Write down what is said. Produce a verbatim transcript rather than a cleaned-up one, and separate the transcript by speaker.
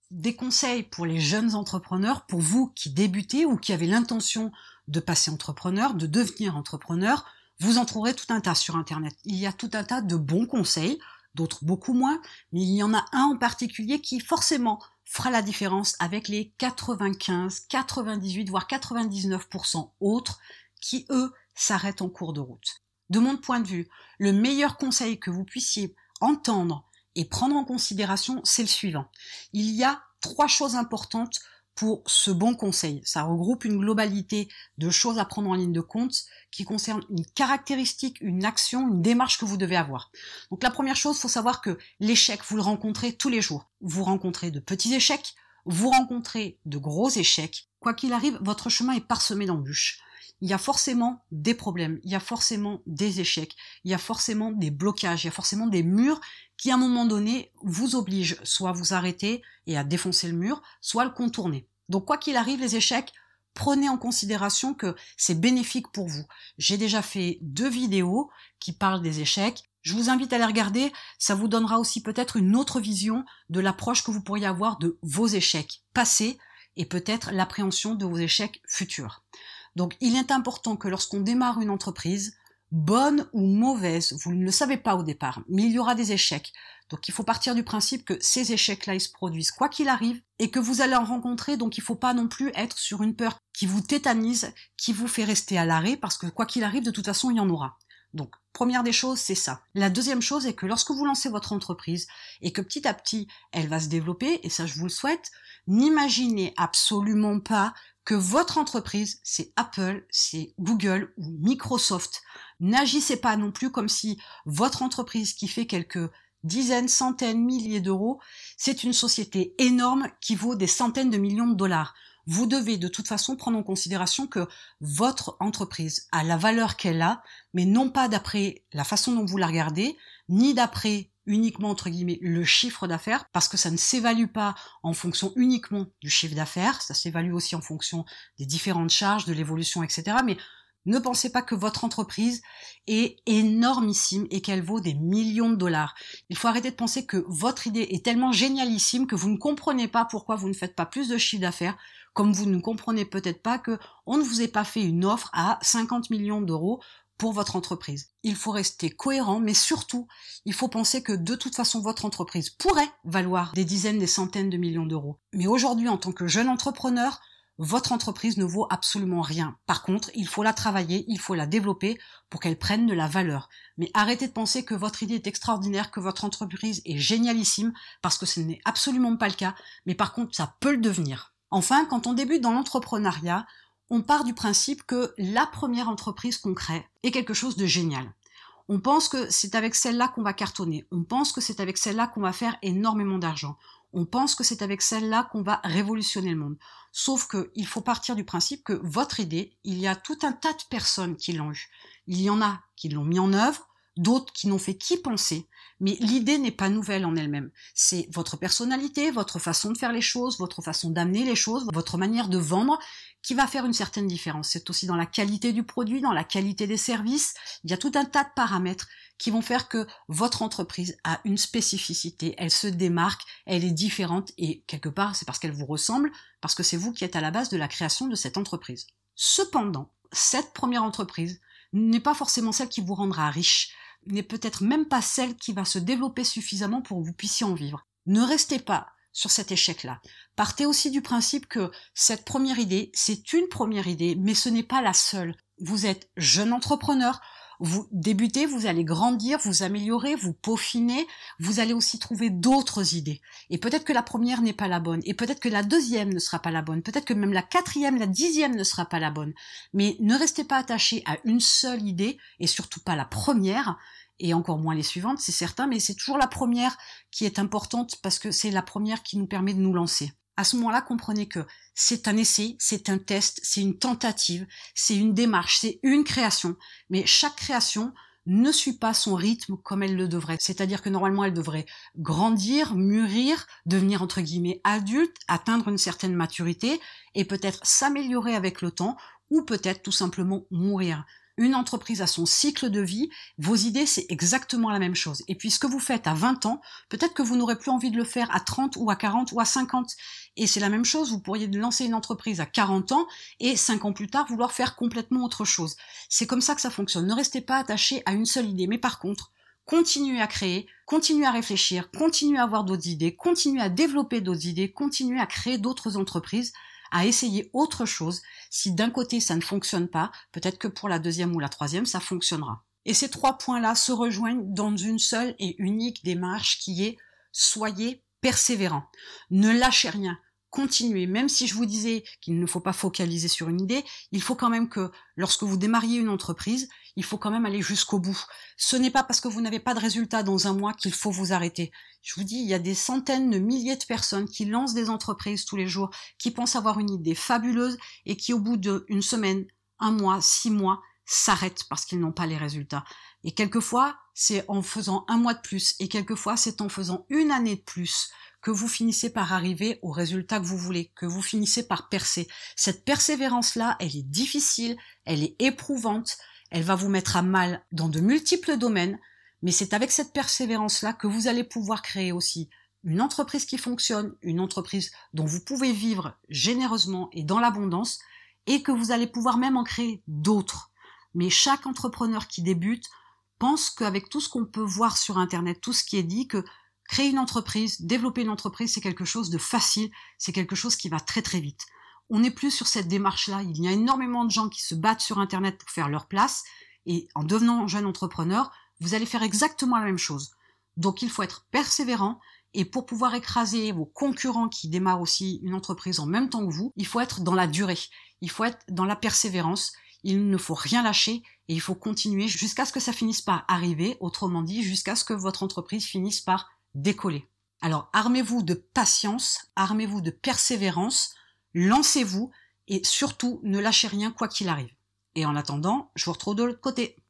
Speaker 1: des conseils pour les jeunes entrepreneurs, pour vous qui débutez ou qui avez l'intention de passer entrepreneur, de devenir entrepreneur. Vous en trouverez tout un tas sur Internet. Il y a tout un tas de bons conseils, d'autres beaucoup moins, mais il y en a un en particulier qui forcément fera la différence avec les quatre-vingt-quinze, quatre-vingt-dix-huit, voire quatre-vingt-dix-neuf pour cent autres qui, eux, s'arrêtent en cours de route. De mon point de vue, le meilleur conseil que vous puissiez entendre et prendre en considération, c'est le suivant. Il y a trois choses importantes pour ce bon conseil. Ça regroupe une globalité de choses à prendre en ligne de compte qui concerne une caractéristique, une action, une démarche que vous devez avoir. Donc la première chose, il faut savoir que l'échec, vous le rencontrez tous les jours. Vous rencontrez de petits échecs, vous rencontrez de gros échecs. Quoi qu'il arrive, votre chemin est parsemé d'embûches. Il y a forcément des problèmes, il y a forcément des échecs, il y a forcément des blocages, il y a forcément des murs qui, à un moment donné, vous obligent soit à vous arrêter et à défoncer le mur, soit à le contourner. Donc, quoi qu'il arrive, les échecs, prenez en considération que c'est bénéfique pour vous. J'ai déjà fait deux vidéos qui parlent des échecs. Je vous invite à les regarder, ça vous donnera aussi peut-être une autre vision de l'approche que vous pourriez avoir de vos échecs passés et peut-être l'appréhension de vos échecs futurs. Donc, il est important que lorsqu'on démarre une entreprise, bonne ou mauvaise, vous ne le savez pas au départ, mais il y aura des échecs. Donc, il faut partir du principe que ces échecs-là, ils se produisent quoi qu'il arrive et que vous allez en rencontrer. Donc, il ne faut pas non plus être sur une peur qui vous tétanise, qui vous fait rester à l'arrêt parce que quoi qu'il arrive, de toute façon, il y en aura. Donc, première des choses, c'est ça. La deuxième chose est que lorsque vous lancez votre entreprise et que petit à petit, elle va se développer, et ça, je vous le souhaite, n'imaginez absolument pas que votre entreprise, c'est Apple, c'est Google ou Microsoft. N'agissez pas non plus comme si votre entreprise qui fait quelques dizaines, centaines, milliers d'euros, c'est une société énorme qui vaut des centaines de millions de dollars. Vous devez de toute façon prendre en considération que votre entreprise a la valeur qu'elle a, mais non pas d'après la façon dont vous la regardez, ni d'après uniquement entre guillemets le chiffre d'affaires, parce que ça ne s'évalue pas en fonction uniquement du chiffre d'affaires, ça s'évalue aussi en fonction des différentes charges, de l'évolution, et cetera. Mais ne pensez pas que votre entreprise est énormissime et qu'elle vaut des millions de dollars. Il faut arrêter de penser que votre idée est tellement génialissime que vous ne comprenez pas pourquoi vous ne faites pas plus de chiffre d'affaires, comme vous ne comprenez peut-être pas que on ne vous ait pas fait une offre à cinquante millions d'euros pour votre entreprise. Il faut rester cohérent, mais surtout, il faut penser que de toute façon, votre entreprise pourrait valoir des dizaines, des centaines de millions d'euros. Mais aujourd'hui, en tant que jeune entrepreneur, votre entreprise ne vaut absolument rien. Par contre, il faut la travailler, il faut la développer pour qu'elle prenne de la valeur. Mais arrêtez de penser que votre idée est extraordinaire, que votre entreprise est génialissime, parce que ce n'est absolument pas le cas, mais par contre, ça peut le devenir. Enfin, quand on débute dans l'entrepreneuriat, on part du principe que la première entreprise qu'on crée est quelque chose de génial. On pense que c'est avec celle-là qu'on va cartonner. On pense que c'est avec celle-là qu'on va faire énormément d'argent. On pense que c'est avec celle-là qu'on va révolutionner le monde. Sauf qu'il faut partir du principe que votre idée, il y a tout un tas de personnes qui l'ont eue. Il y en a qui l'ont mis en œuvre, d'autres qui n'ont fait qu'y penser. Mais l'idée n'est pas nouvelle en elle-même. C'est votre personnalité, votre façon de faire les choses, votre façon d'amener les choses, votre manière de vendre qui va faire une certaine différence. C'est aussi dans la qualité du produit, dans la qualité des services. Il y a tout un tas de paramètres qui vont faire que votre entreprise a une spécificité, elle se démarque, elle est différente et quelque part c'est parce qu'elle vous ressemble, parce que c'est vous qui êtes à la base de la création de cette entreprise. Cependant, cette première entreprise n'est pas forcément celle qui vous rendra riche, n'est peut-être même pas celle qui va se développer suffisamment pour que vous puissiez en vivre. Ne restez pas sur cet échec-là. Partez aussi du principe que cette première idée, c'est une première idée, mais ce n'est pas la seule. Vous êtes jeune entrepreneur, vous débutez, vous allez grandir, vous améliorer, vous peaufiner, vous allez aussi trouver d'autres idées. Et peut-être que la première n'est pas la bonne, et peut-être que la deuxième ne sera pas la bonne, peut-être que même la quatrième, la dixième ne sera pas la bonne. Mais ne restez pas attaché à une seule idée, et surtout pas la première, et encore moins les suivantes, c'est certain, mais c'est toujours la première qui est importante parce que c'est la première qui nous permet de nous lancer. À ce moment-là, comprenez que c'est un essai, c'est un test, c'est une tentative, c'est une démarche, c'est une création. Mais chaque création ne suit pas son rythme comme elle le devrait. C'est-à-dire que normalement, elle devrait grandir, mûrir, devenir entre guillemets adulte, atteindre une certaine maturité et peut-être s'améliorer avec le temps ou peut-être tout simplement mourir. Une entreprise a son cycle de vie, vos idées c'est exactement la même chose. Et puis ce que vous faites à vingt ans, peut-être que vous n'aurez plus envie de le faire à trente ou à quarante ou à cinquante. Et c'est la même chose, vous pourriez lancer une entreprise à quarante ans et cinq ans plus tard vouloir faire complètement autre chose. C'est comme ça que ça fonctionne. Ne restez pas attaché à une seule idée, mais par contre, continuez à créer, continuez à réfléchir, continuez à avoir d'autres idées, continuez à développer d'autres idées, continuez à créer d'autres entreprises, à essayer autre chose. Si d'un côté ça ne fonctionne pas, peut-être que pour la deuxième ou la troisième, ça fonctionnera. Et ces trois points-là se rejoignent dans une seule et unique démarche qui est soyez persévérants. Ne lâchez rien. Continuez. Même si je vous disais qu'il ne faut pas focaliser sur une idée, il faut quand même que lorsque vous démarriez une entreprise, il faut quand même aller jusqu'au bout. Ce n'est pas parce que vous n'avez pas de résultat dans un mois qu'il faut vous arrêter. Je vous dis, il y a des centaines de milliers de personnes qui lancent des entreprises tous les jours, qui pensent avoir une idée fabuleuse et qui au bout d'une semaine, un mois, six mois, s'arrêtent parce qu'ils n'ont pas les résultats. Et quelquefois, c'est en faisant un mois de plus et quelquefois, c'est en faisant une année de plus que vous finissez par arriver au résultat que vous voulez, que vous finissez par percer. Cette persévérance-là, elle est difficile, elle est éprouvante, elle va vous mettre à mal dans de multiples domaines, mais c'est avec cette persévérance-là que vous allez pouvoir créer aussi une entreprise qui fonctionne, une entreprise dont vous pouvez vivre généreusement et dans l'abondance, et que vous allez pouvoir même en créer d'autres. Mais chaque entrepreneur qui débute pense qu'avec tout ce qu'on peut voir sur Internet, tout ce qui est dit, que créer une entreprise, développer une entreprise, c'est quelque chose de facile, c'est quelque chose qui va très très vite. On n'est plus sur cette démarche-là. Il y a énormément de gens qui se battent sur Internet pour faire leur place, et en devenant jeune entrepreneur, vous allez faire exactement la même chose. Donc il faut être persévérant, et pour pouvoir écraser vos concurrents qui démarrent aussi une entreprise en même temps que vous, il faut être dans la durée, il faut être dans la persévérance, il ne faut rien lâcher, et il faut continuer jusqu'à ce que ça finisse par arriver, autrement dit, jusqu'à ce que votre entreprise finisse par décoller. Alors armez-vous de patience, armez-vous de persévérance, lancez-vous et surtout ne lâchez rien quoi qu'il arrive. Et en attendant, je vous retrouve de l'autre côté.